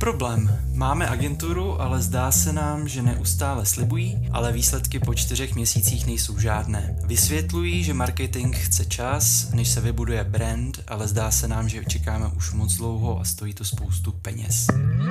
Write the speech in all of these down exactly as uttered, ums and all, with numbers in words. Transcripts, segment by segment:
problém. Máme agenturu, ale zdá se nám, že neustále slibují, ale výsledky po čtyřech měsících nejsou žádné. Vysvětlují, že marketing chce čas, než se vybuduje brand, ale zdá se nám, že čekáme už moc dlouho a stojí to spoustu peněz.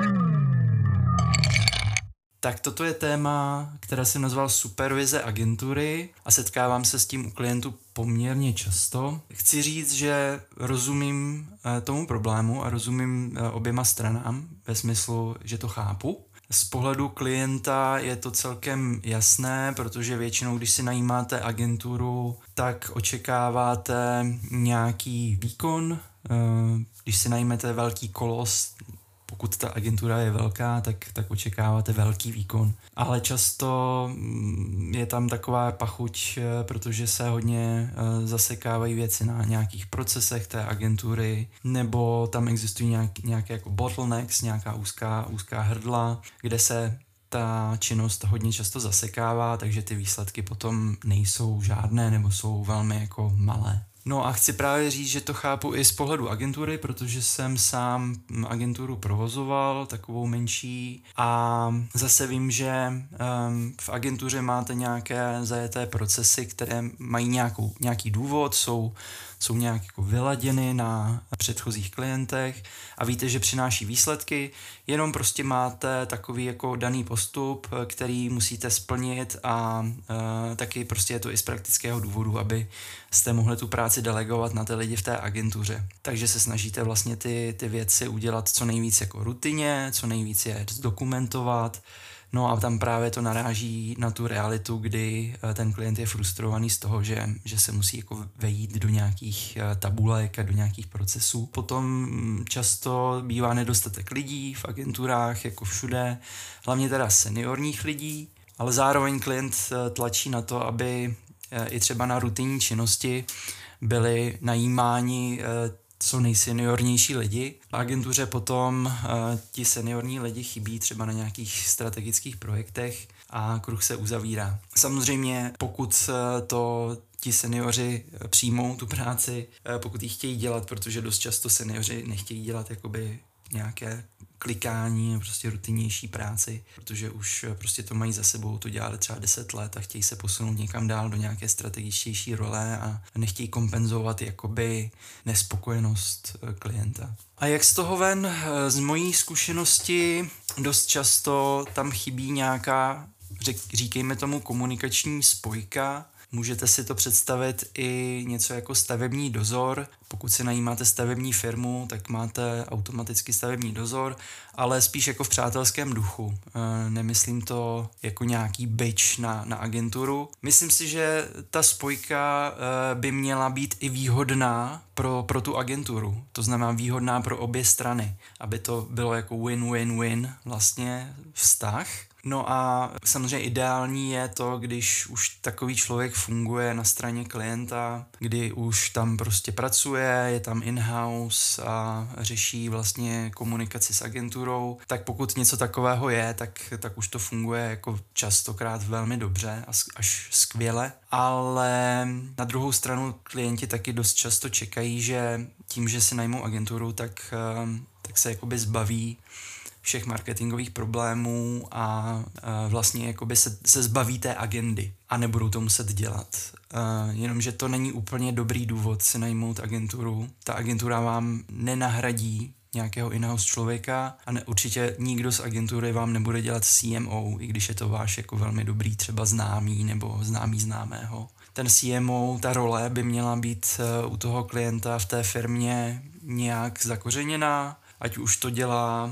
Tak toto je téma, které jsem nazval supervize agentury a setkávám se s tím u klientů poměrně často. Chci říct, že rozumím tomu problému a rozumím oběma stranám ve smyslu, že to chápu. Z pohledu klienta je to celkem jasné, protože většinou, když si najímáte agenturu, tak očekáváte nějaký výkon. Když si najímete velký kolos, pokud ta agentura je velká, tak, tak očekáváte velký výkon. Ale často je tam taková pachuť, protože se hodně zasekávají věci na nějakých procesech té agentury, nebo tam existují nějak, nějaké jako bottlenecks, nějaká úzká, úzká hrdla, kde se ta činnost hodně často zasekává, takže ty výsledky potom nejsou žádné nebo jsou velmi jako malé. No a chci právě říct, že to chápu i z pohledu agentury, protože jsem sám agenturu provozoval, takovou menší, a zase vím, že um, v agentuře máte nějaké zajeté procesy, které mají nějakou, nějaký důvod, jsou, jsou nějak jako vyladěny na předchozích klientech a víte, že přináší výsledky, jenom prostě máte takový jako daný postup, který musíte splnit a uh, taky prostě je to i z praktického důvodu, aby jste mohli tu práci delegovat na ty lidi v té agentuře. Takže se snažíte vlastně ty, ty věci udělat co nejvíc jako rutině, co nejvíc je zdokumentovat. No a tam právě to naráží na tu realitu, kdy ten klient je frustrovaný z toho, že, že se musí jako vejít do nějakých tabulek a do nějakých procesů. Potom často bývá nedostatek lidí v agenturách, jako všude, hlavně teda seniorních lidí, ale zároveň klient tlačí na to, aby i třeba na rutinní činnosti byli najímáni co nejseniornější lidi. V agentuře potom ti seniorní lidi chybí třeba na nějakých strategických projektech a kruh se uzavírá. Samozřejmě pokud to ti seniori přijmou tu práci, pokud ji chtějí dělat, protože dost často seniori nechtějí dělat jakoby nějaké klikání, prostě rutinnější práci, protože už prostě to mají za sebou, to dělali třeba deset let a chtějí se posunout někam dál do nějaké strategičtější role a nechtějí kompenzovat jakoby nespokojenost klienta. A jak z toho ven? Z mojí zkušenosti dost často tam chybí nějaká, říkejme tomu, komunikační spojka. Můžete si to představit i něco jako stavební dozor. Pokud si najímáte stavební firmu, tak máte automaticky stavební dozor, ale spíš jako v přátelském duchu. E, nemyslím to jako nějaký bič na, na agenturu. Myslím si, že ta spojka e, by měla být i výhodná pro, pro tu agenturu. To znamená výhodná pro obě strany, aby to bylo jako win-win-win vlastně vztah. No a samozřejmě ideální je to, když už takový člověk funguje na straně klienta, kdy už tam prostě pracuje, je tam in-house a řeší vlastně komunikaci s agenturou, tak pokud něco takového je, tak, tak už to funguje jako častokrát velmi dobře až skvěle. Ale na druhou stranu klienti taky dost často čekají, že tím, že si najmou agenturu, tak, tak se jakoby zbaví všech marketingových problémů a, a vlastně jakoby se, se zbaví té agendy a nebudou to muset dělat. Uh, jenomže to není úplně dobrý důvod si najmout agenturu. Ta agentura vám nenahradí nějakého in-house člověka a ne, určitě nikdo z agentury vám nebude dělat C M O, i když je to váš jako velmi dobrý třeba známý nebo známý známého. Ten C M O, ta role by měla být uh, u toho klienta v té firmě nějak zakořeněná, ať už to dělá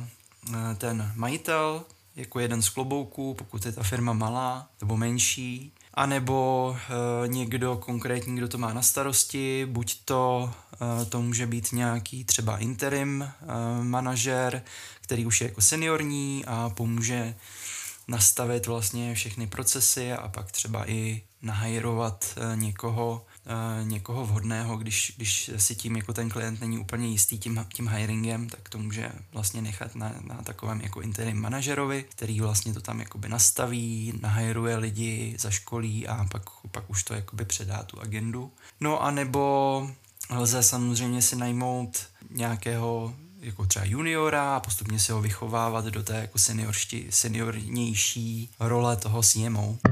ten majitel jako jeden z klobouků, pokud je ta firma malá nebo menší, anebo e, někdo konkrétní, kdo to má na starosti, buď to, e, to může být nějaký třeba interim e, manažer, který už je jako seniorní a pomůže nastavit vlastně všechny procesy a pak třeba i nahajrovat e, někoho, e, někoho vhodného, když, když si tím jako ten klient není úplně jistý tím, tím hiringem, tak to může vlastně nechat na, na takovém jako interim manažerovi, který vlastně to tam jakoby nastaví, nahajruje lidi, zaškolí a pak, pak už to jakoby předá tu agendu. No a nebo lze samozřejmě si najmout nějakého jako třeba juniora a postupně se ho vychovávat do té jako senioršti, seniornější role toho C M O.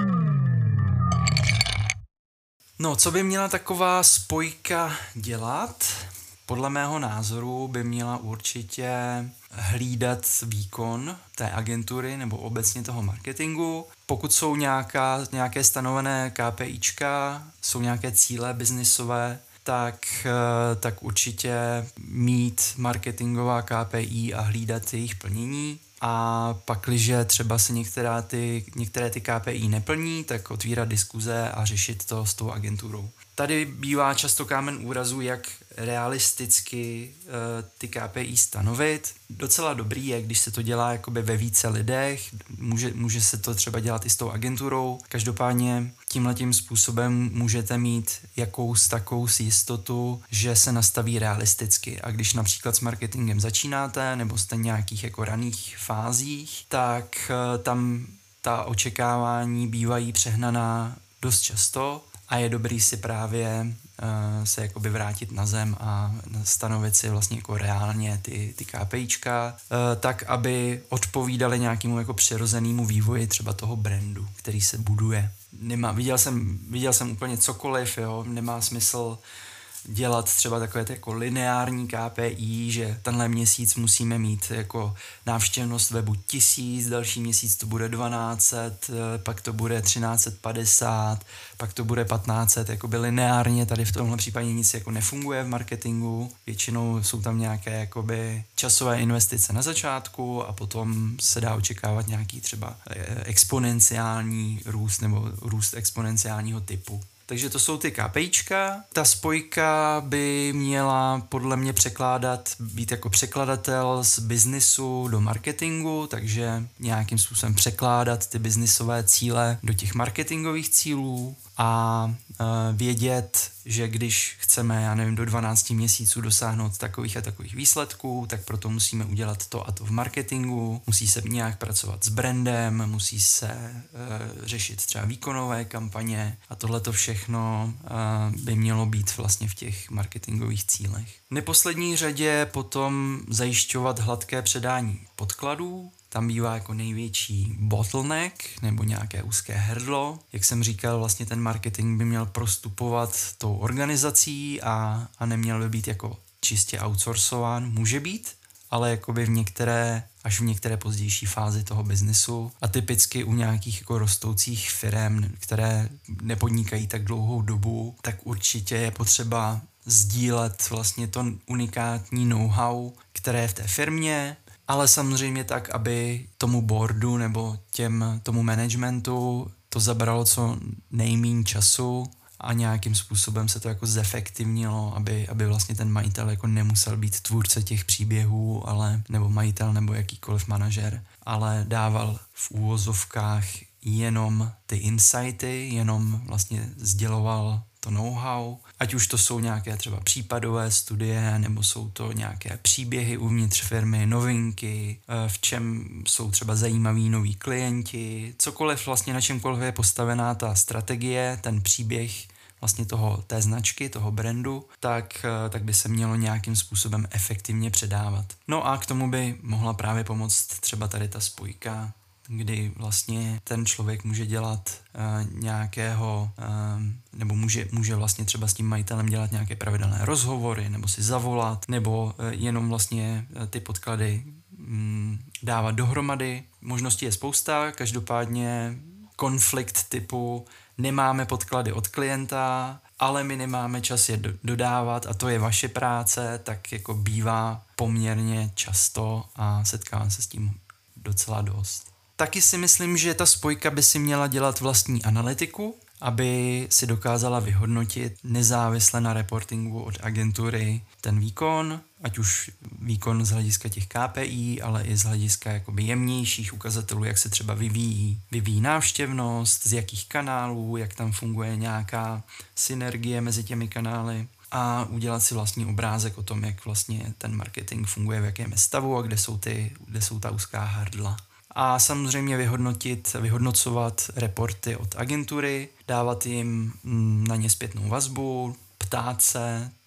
No, co by měla taková spojka dělat? Podle mého názoru by měla určitě hlídat výkon té agentury nebo obecně toho marketingu. Pokud jsou nějaká, nějaké stanovené KPIčka, jsou nějaké cíle biznisové, tak, tak určitě mít marketingová K P I a hlídat jejich plnění. A pakliže třeba se některá ty, některé ty K P I neplní, tak otvírat diskuze a řešit to s tou agenturou. Tady bývá často kámen úrazu, jak realisticky uh, ty K P I stanovit. Docela dobrý je, když se to dělá jakoby ve více lidech, může, může se to třeba dělat i s tou agenturou. Každopádně tímhletím způsobem můžete mít jakous takous jistotu, že se nastaví realisticky. A když například s marketingem začínáte, nebo jste v nějakých jako raných fázích, tak uh, tam ta očekávání bývají přehnaná dost často. A je dobrý si právě uh, se jakoby vrátit na zem a stanovit si vlastně jako reálně ty, ty KPIčka, uh, tak, aby odpovídaly nějakému jako přirozenému vývoji třeba toho brandu, který se buduje. Nemá, viděl jsem, viděl jsem úplně cokoliv, jo, nemá smysl dělat třeba takové jako lineární K P I, že tenhle měsíc musíme mít jako návštěvnost webu tisíc, další měsíc to bude dvanáct set, pak to bude třináct set padesát, pak to bude patnáct set, jakoby lineárně tady v tomhle případě nic jako nefunguje v marketingu, většinou jsou tam nějaké jakoby časové investice na začátku a potom se dá očekávat nějaký třeba exponenciální růst nebo růst exponenciálního typu. Takže to jsou ty KPIčka. Ta spojka by měla podle mě překládat, být jako překladatel z biznisu do marketingu, takže nějakým způsobem překládat ty biznisové cíle do těch marketingových cílů a e, vědět, že když chceme, já nevím, do dvanácti měsíců dosáhnout takových a takových výsledků, tak proto musíme udělat to a to v marketingu, musí se nějak pracovat s brandem, musí se e, řešit třeba výkonové kampaně a tohleto všechno e, by mělo být vlastně v těch marketingových cílech. V neposlední řadě potom zajišťovat hladké předání podkladů. Tam bývá jako největší bottleneck nebo nějaké úzké hrdlo. Jak jsem říkal, vlastně ten marketing by měl prostupovat tou organizací a, a neměl by být jako čistě outsourcován. Může být, ale jakoby v některé, až v některé pozdější fázi toho biznesu a typicky u nějakých jako rostoucích firem, které nepodnikají tak dlouhou dobu, tak určitě je potřeba sdílet vlastně to unikátní know-how, které je v té firmě, ale samozřejmě tak, aby tomu boardu nebo těm, tomu managementu to zabralo co nejméně času a nějakým způsobem se to jako zefektivnilo, aby, aby vlastně ten majitel jako nemusel být tvůrce těch příběhů, ale, nebo majitel nebo jakýkoliv manažer, ale dával v úvozovkách jenom ty insighty, jenom vlastně sděloval to know-how, ať už to jsou nějaké třeba případové studie, nebo jsou to nějaké příběhy uvnitř firmy, novinky, v čem jsou třeba zajímaví noví klienti, cokoliv vlastně na čemkoliv je postavená ta strategie, ten příběh vlastně toho, té značky, toho brandu, tak, tak by se mělo nějakým způsobem efektivně předávat. No a k tomu by mohla právě pomoct třeba tady ta spojka, kdy vlastně ten člověk může dělat uh, nějakého, uh, nebo může, může vlastně třeba s tím majitelem dělat nějaké pravidelné rozhovory, nebo si zavolat, nebo uh, jenom vlastně uh, ty podklady um, dávat dohromady. Možností je spousta, každopádně konflikt typu nemáme podklady od klienta, ale my nemáme čas je do- dodávat a to je vaše práce, tak jako bývá poměrně často a setkávám se s tím docela dost. Taky si myslím, že ta spojka by si měla dělat vlastní analytiku, aby si dokázala vyhodnotit nezávisle na reportingu od agentury ten výkon, ať už výkon z hlediska těch K P I, ale i z hlediska jakoby jemnějších ukazatelů, jak se třeba vyvíjí, vyvíjí návštěvnost, z jakých kanálů, jak tam funguje nějaká synergie mezi těmi kanály a udělat si vlastní obrázek o tom, jak vlastně ten marketing funguje, v jakém je stavu a kde jsou, ty, kde jsou ta úzká hrdla. A samozřejmě vyhodnotit, vyhodnocovat reporty od agentury, dávat jim na ně zpětnou vazbu, ptát se,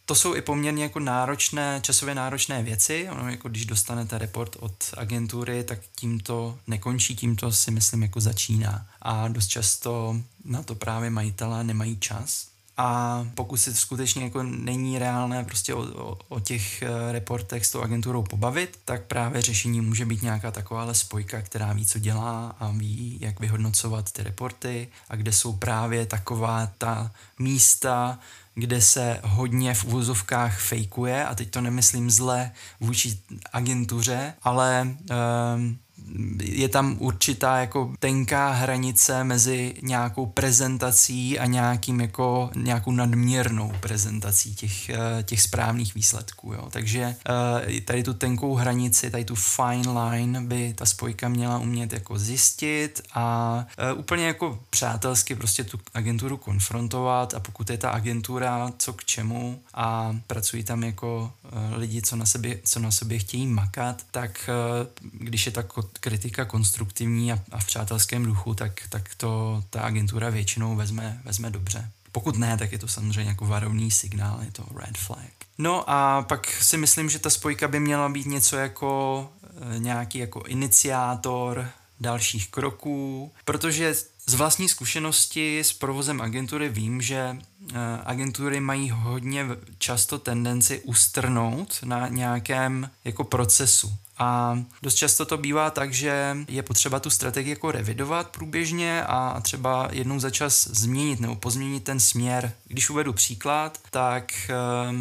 to jsou i poměrně jako náročné, časově náročné věci. Ono, jako když dostanete report od agentury, tak tím to nekončí, tím to si myslím jako začíná. A dost často na to právě majitelé nemají čas. A pokud si skutečně jako není reálné prostě o, o, o těch reportech s tou agenturou pobavit, tak právě řešení může být nějaká takováhle spojka, která ví, co dělá a ví, jak vyhodnocovat ty reporty a kde jsou právě taková ta místa, kde se hodně v uvozovkách fejkuje, a teď to nemyslím zle vůči agentuře, ale um, je tam určitá jako tenká hranice mezi nějakou prezentací a nějakým jako nějakou nadměrnou prezentací těch, těch správných výsledků. Jo. Takže tady tu tenkou hranici, tady tu fine line by ta spojka měla umět jako zjistit a úplně jako přátelsky prostě tu agenturu konfrontovat, a pokud je ta agentura co k čemu a pracují tam jako lidi, co na sobě, co na sobě chtějí makat, tak když je ta kritika konstruktivní a, a v přátelském duchu, tak, tak to ta agentura většinou vezme, vezme dobře. Pokud ne, tak je to samozřejmě jako varovný signál, je to red flag. No a pak si myslím, že ta spojka by měla být něco jako e, nějaký jako iniciátor dalších kroků, protože z vlastní zkušenosti s provozem agentury vím, že e, agentury mají hodně často tendenci ustrnout na nějakém jako procesu. A dost často to bývá tak, že je potřeba tu strategii jako revidovat průběžně a třeba jednou za čas změnit nebo pozměnit ten směr. Když uvedu příklad, tak uh,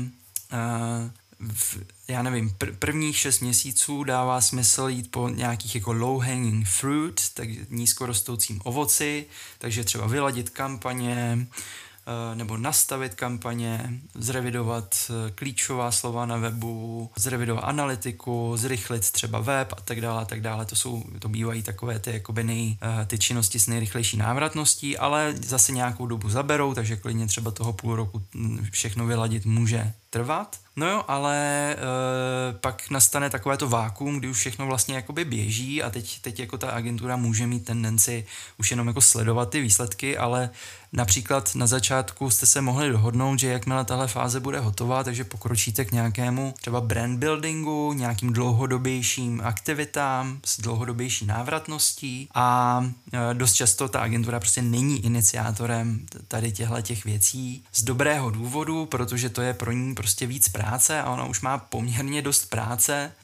uh, v, já nevím, pr- prvních šest měsíců dává smysl jít po nějakých jako low hanging fruit, tak nízkorostoucím ovoci, takže třeba vyladit kampaně, nebo nastavit kampaně, zrevidovat klíčová slova na webu, zrevidovat analytiku, zrychlit třeba web a tak dále, a tak dále. To jsou, to bývají takové ty, jakoby nej, ty činnosti s nejrychlejší návratností, ale zase nějakou dobu zaberou, takže klidně třeba toho půl roku všechno vyladit může trvat. No jo, ale e, pak nastane takové to vákuum, kdy už všechno vlastně jakoby běží a teď, teď jako ta agentura může mít tendenci už jenom jako sledovat ty výsledky, ale například na začátku jste se mohli dohodnout, že jakmile tahle fáze bude hotová, takže pokročíte k nějakému třeba brand buildingu, nějakým dlouhodobějším aktivitám s dlouhodobější návratností a e, dost často ta agentura prostě není iniciátorem tady těchto těch věcí z dobrého důvodu, protože to je pro ní prostě víc práce a ona už má poměrně dost práce e,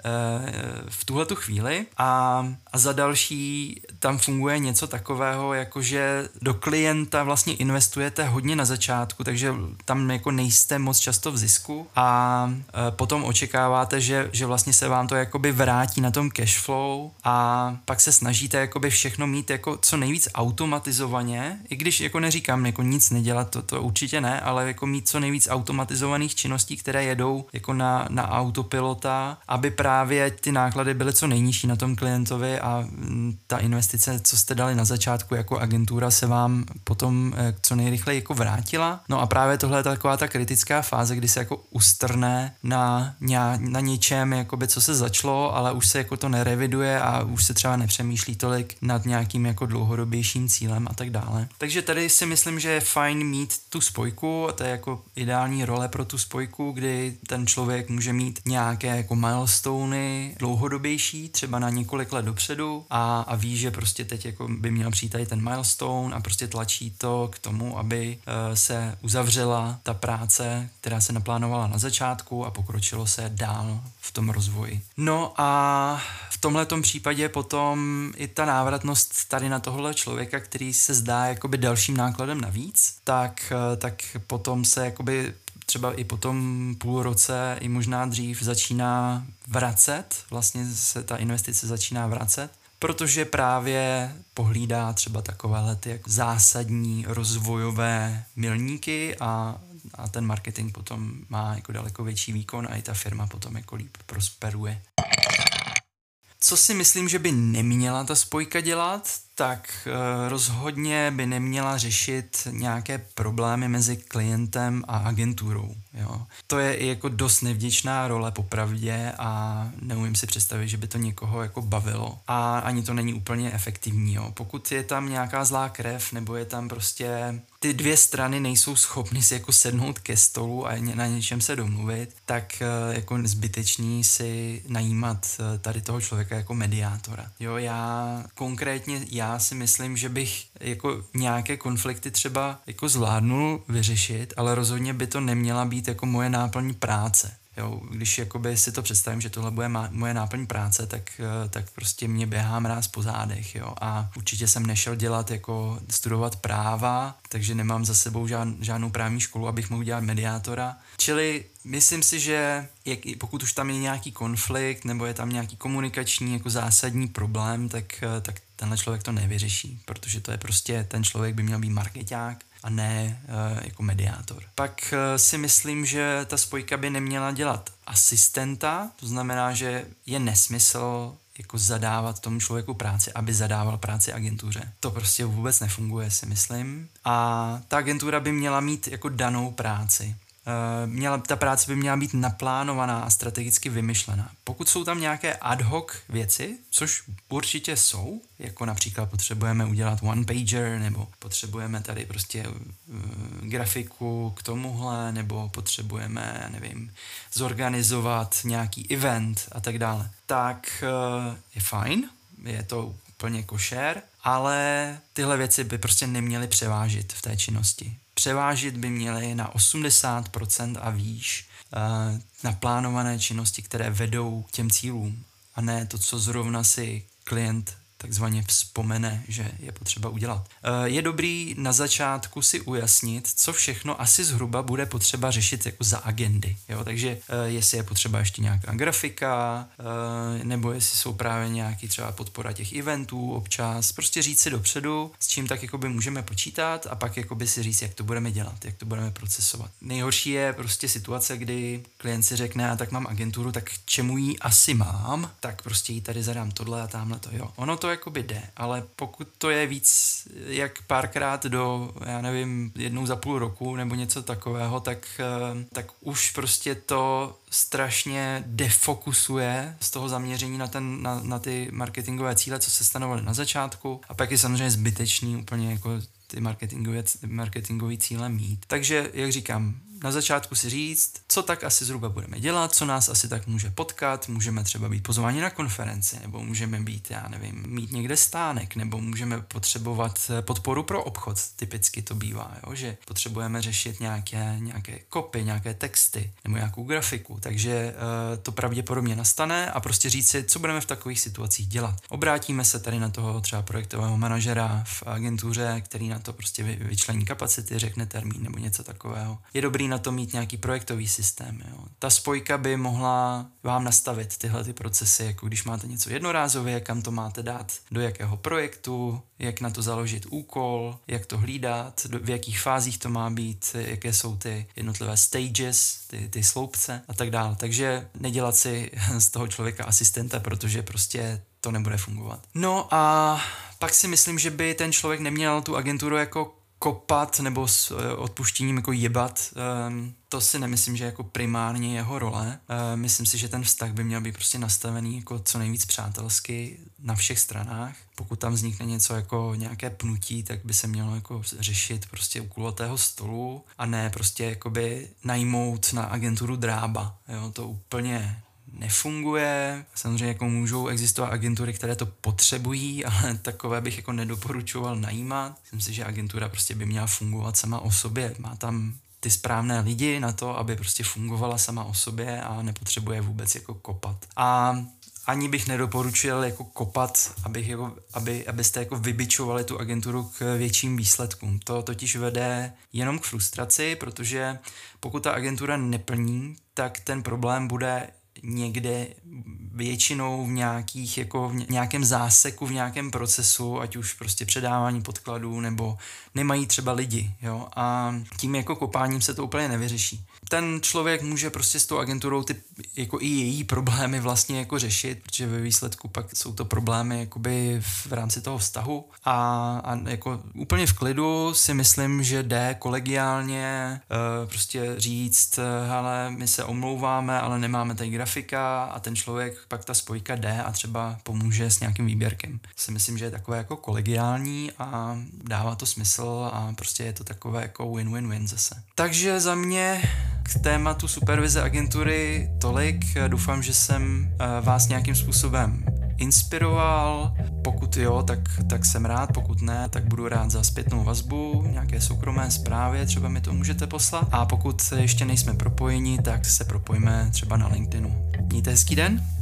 v tuhletu chvíli a, a za další tam funguje něco takového, jakože do klienta vlastně investujete hodně na začátku, takže tam jako nejste moc často v zisku a e, potom očekáváte, že, že vlastně se vám to jakoby vrátí na tom cash flow a pak se snažíte jakoby všechno mít jako co nejvíc automatizovaně, i když jako neříkám jako nic nedělat, to, to určitě ne, ale jako mít co nejvíc automatizovaných činností, které jedou jako na, na autopilota, aby právě ty náklady byly co nejnižší na tom klientovi a m, ta investice, co jste dali na začátku jako agentura, se vám potom e, co nejrychleji jako vrátila. No a právě tohle je taková ta kritická fáze, kdy se jako ustrne na, na něčem, jakoby, co se začalo, ale už se jako to nereviduje a už se třeba nepřemýšlí tolik nad nějakým jako dlouhodobějším cílem a tak dále. Takže tady si myslím, že je fajn mít tu spojku a to je jako ideální role pro tu spojku, kdy ten člověk může mít nějaké jako milestony dlouhodobější, třeba na několik let dopředu a, a ví, že prostě teď jako by měl přijít tady ten milestone a prostě tlačí to k tomu, aby uh, se uzavřela ta práce, která se naplánovala na začátku a pokročilo se dál v tom rozvoji. No a v tomhletom případě potom i ta návratnost tady na tohle člověka, který se zdá jakoby dalším nákladem navíc, tak, tak potom se jakoby třeba i po tom půl roce, i možná dřív začíná vracet, vlastně se ta investice začíná vracet, protože právě pohlídá třeba takovéhle ty jako zásadní rozvojové milníky a, a ten marketing potom má jako daleko větší výkon a i ta firma potom jako líp prosperuje. Co si myslím, že by neměla ta spojka dělat, tak e, rozhodně by neměla řešit nějaké problémy mezi klientem a agenturou. Jo. To je i jako dost nevděčná role popravdě a neumím si představit, že by to někoho jako bavilo. A ani to není úplně efektivní. Jo. Pokud je tam nějaká zlá krev nebo je tam prostě ty dvě strany nejsou schopny si jako sednout ke stolu a na něčem se domluvit, tak jako zbytečný si najímat tady toho člověka jako mediátora. Jo, já konkrétně, já si myslím, že bych jako nějaké konflikty třeba jako zvládnul vyřešit, ale rozhodně by to neměla být jako moje náplň práce. Jo, když jakoby si to představím, že tohle bude má, moje náplň práce, tak, tak prostě mě běhá mráz po zádech, jo, a určitě jsem nešel dělat jako studovat práva, takže nemám za sebou žád, žádnou právní školu, abych mohl dělat mediátora. Čili myslím si, že jak, pokud už tam je nějaký konflikt nebo je tam nějaký komunikační jako zásadní problém, tak, tak tenhle člověk to nevyřeší, protože to je prostě, ten člověk by měl být markeťák a ne uh, jako mediátor. Pak uh, si myslím, že ta spojka by neměla dělat asistenta, to znamená, že je nesmysl jako zadávat tomu člověku práci, aby zadával práci agentuře. To prostě vůbec nefunguje, si myslím. A ta agentura by měla mít jako danou práci. Měla, ta práce by měla být naplánovaná a strategicky vymyšlená. Pokud jsou tam nějaké ad hoc věci, což určitě jsou, jako například potřebujeme udělat one pager, nebo potřebujeme tady prostě uh, grafiku k tomuhle, nebo potřebujeme, já nevím, zorganizovat nějaký event a tak dále, tak uh, je fajn, je to úplně košer, ale tyhle věci by prostě neměly převážit v té činnosti. Převážit by měly na osmdesát procent a výš uh, naplánované činnosti, které vedou k těm cílům, a ne to, co zrovna si klient takzvaně vzpomene, že je potřeba udělat. Uh, je dobrý na začátku si ujasnit, co všechno asi zhruba bude potřeba řešit jako za agendy. Jo? Takže uh, jestli je potřeba ještě nějaká grafika, uh, nebo jestli jsou právě nějaký třeba podpora těch eventů občas. Prostě říct si dopředu, s čím tak jakoby můžeme počítat, a pak jakoby si říct, jak to budeme dělat, jak to budeme procesovat. Nejhorší je prostě situace, kdy klient si řekne, a tak mám agenturu, tak k čemu jí asi mám, tak prostě jí tady zadám tohle a tamhle to. Jo. Ono to jakoby jde, ale pokud to je víc jak párkrát do, já nevím, jednou za půl roku nebo něco takového, tak, tak už prostě to strašně defokusuje z toho zaměření na, ten, na, na ty marketingové cíle, co se stanovaly na začátku, a pak je samozřejmě zbytečný úplně jako ty marketingové, marketingové cíle mít. Takže, jak říkám, na začátku si říct, co tak asi zhruba budeme dělat, co nás asi tak může potkat, můžeme třeba být pozváni na konferenci, nebo můžeme být, já nevím, mít někde stánek, nebo můžeme potřebovat podporu pro obchod, typicky to bývá, jo? Že potřebujeme řešit nějaké, nějaké kopy, nějaké texty, nebo nějakou grafiku, takže uh, to pravděpodobně nastane, a prostě říct si, co budeme v takových situacích dělat. Obrátíme se tady na toho třeba projektového manažera v agentuře, který na to prostě vyčlení kapacity, řekne termín nebo něco takového. Je dobrý na to mít nějaký projektový systém. Jo. Ta spojka by mohla vám nastavit tyhle ty procesy, jako když máte něco jednorázově, kam to máte dát, do jakého projektu, jak na to založit úkol, jak to hlídat, do, v jakých fázích to má být, jaké jsou ty jednotlivé stages, ty, ty sloupce a tak dále. Takže nedělat si z toho člověka asistenta, protože prostě to nebude fungovat. No a pak si myslím, že by ten člověk neměl tu agenturu jako kopat nebo s odpuštěním jako jebat. Um, to si nemyslím, že jako primárně jeho role. Um, myslím si, že ten vztah by měl být prostě nastavený jako co nejvíc přátelsky na všech stranách. Pokud tam vznikne něco jako nějaké pnutí, tak by se mělo jako řešit prostě u kulatého stolu, a ne prostě jakoby najmout na agenturu drába. Jo, to úplně nefunguje. Samozřejmě jako můžou existovat agentury, které to potřebují, ale takové bych jako nedoporučoval najímat. Myslím si, že agentura prostě by měla fungovat sama o sobě. Má tam ty správné lidi na to, aby prostě fungovala sama o sobě a nepotřebuje vůbec jako kopat. A ani bych nedoporučil jako kopat, abych jako, aby, abyste jako vybičovali tu agenturu k větším výsledkům. To totiž vede jenom k frustraci, protože pokud ta agentura neplní, tak ten problém bude někde většinou v nějakých, jako v nějakém záseku, v nějakém procesu, ať už prostě předávání podkladů, nebo nemají třeba lidi, jo, a tím jako kopáním se to úplně nevyřeší. ten člověk může prostě s tou agenturou ty jako i její problémy vlastně jako řešit, protože ve výsledku pak jsou to problémy jakoby v rámci toho vztahu a, a jako úplně v klidu si myslím, že jde kolegiálně uh, prostě říct, hele, my se omlouváme, ale nemáme tady grafika a ten člověk pak ta spojka jde a třeba pomůže s nějakým výběrkem. Si myslím, že je takové jako kolegiální a dává to smysl a prostě je to takové jako win-win-win zase. Takže za mě k tématu supervize agentury tolik. Doufám, že jsem vás nějakým způsobem inspiroval. Pokud jo, tak, tak jsem rád, pokud ne, tak budu rád za zpětnou vazbu, nějaké soukromé zprávy, třeba mi to můžete poslat. A pokud ještě nejsme propojeni, tak se propojíme třeba na LinkedInu. Mějte hezký den.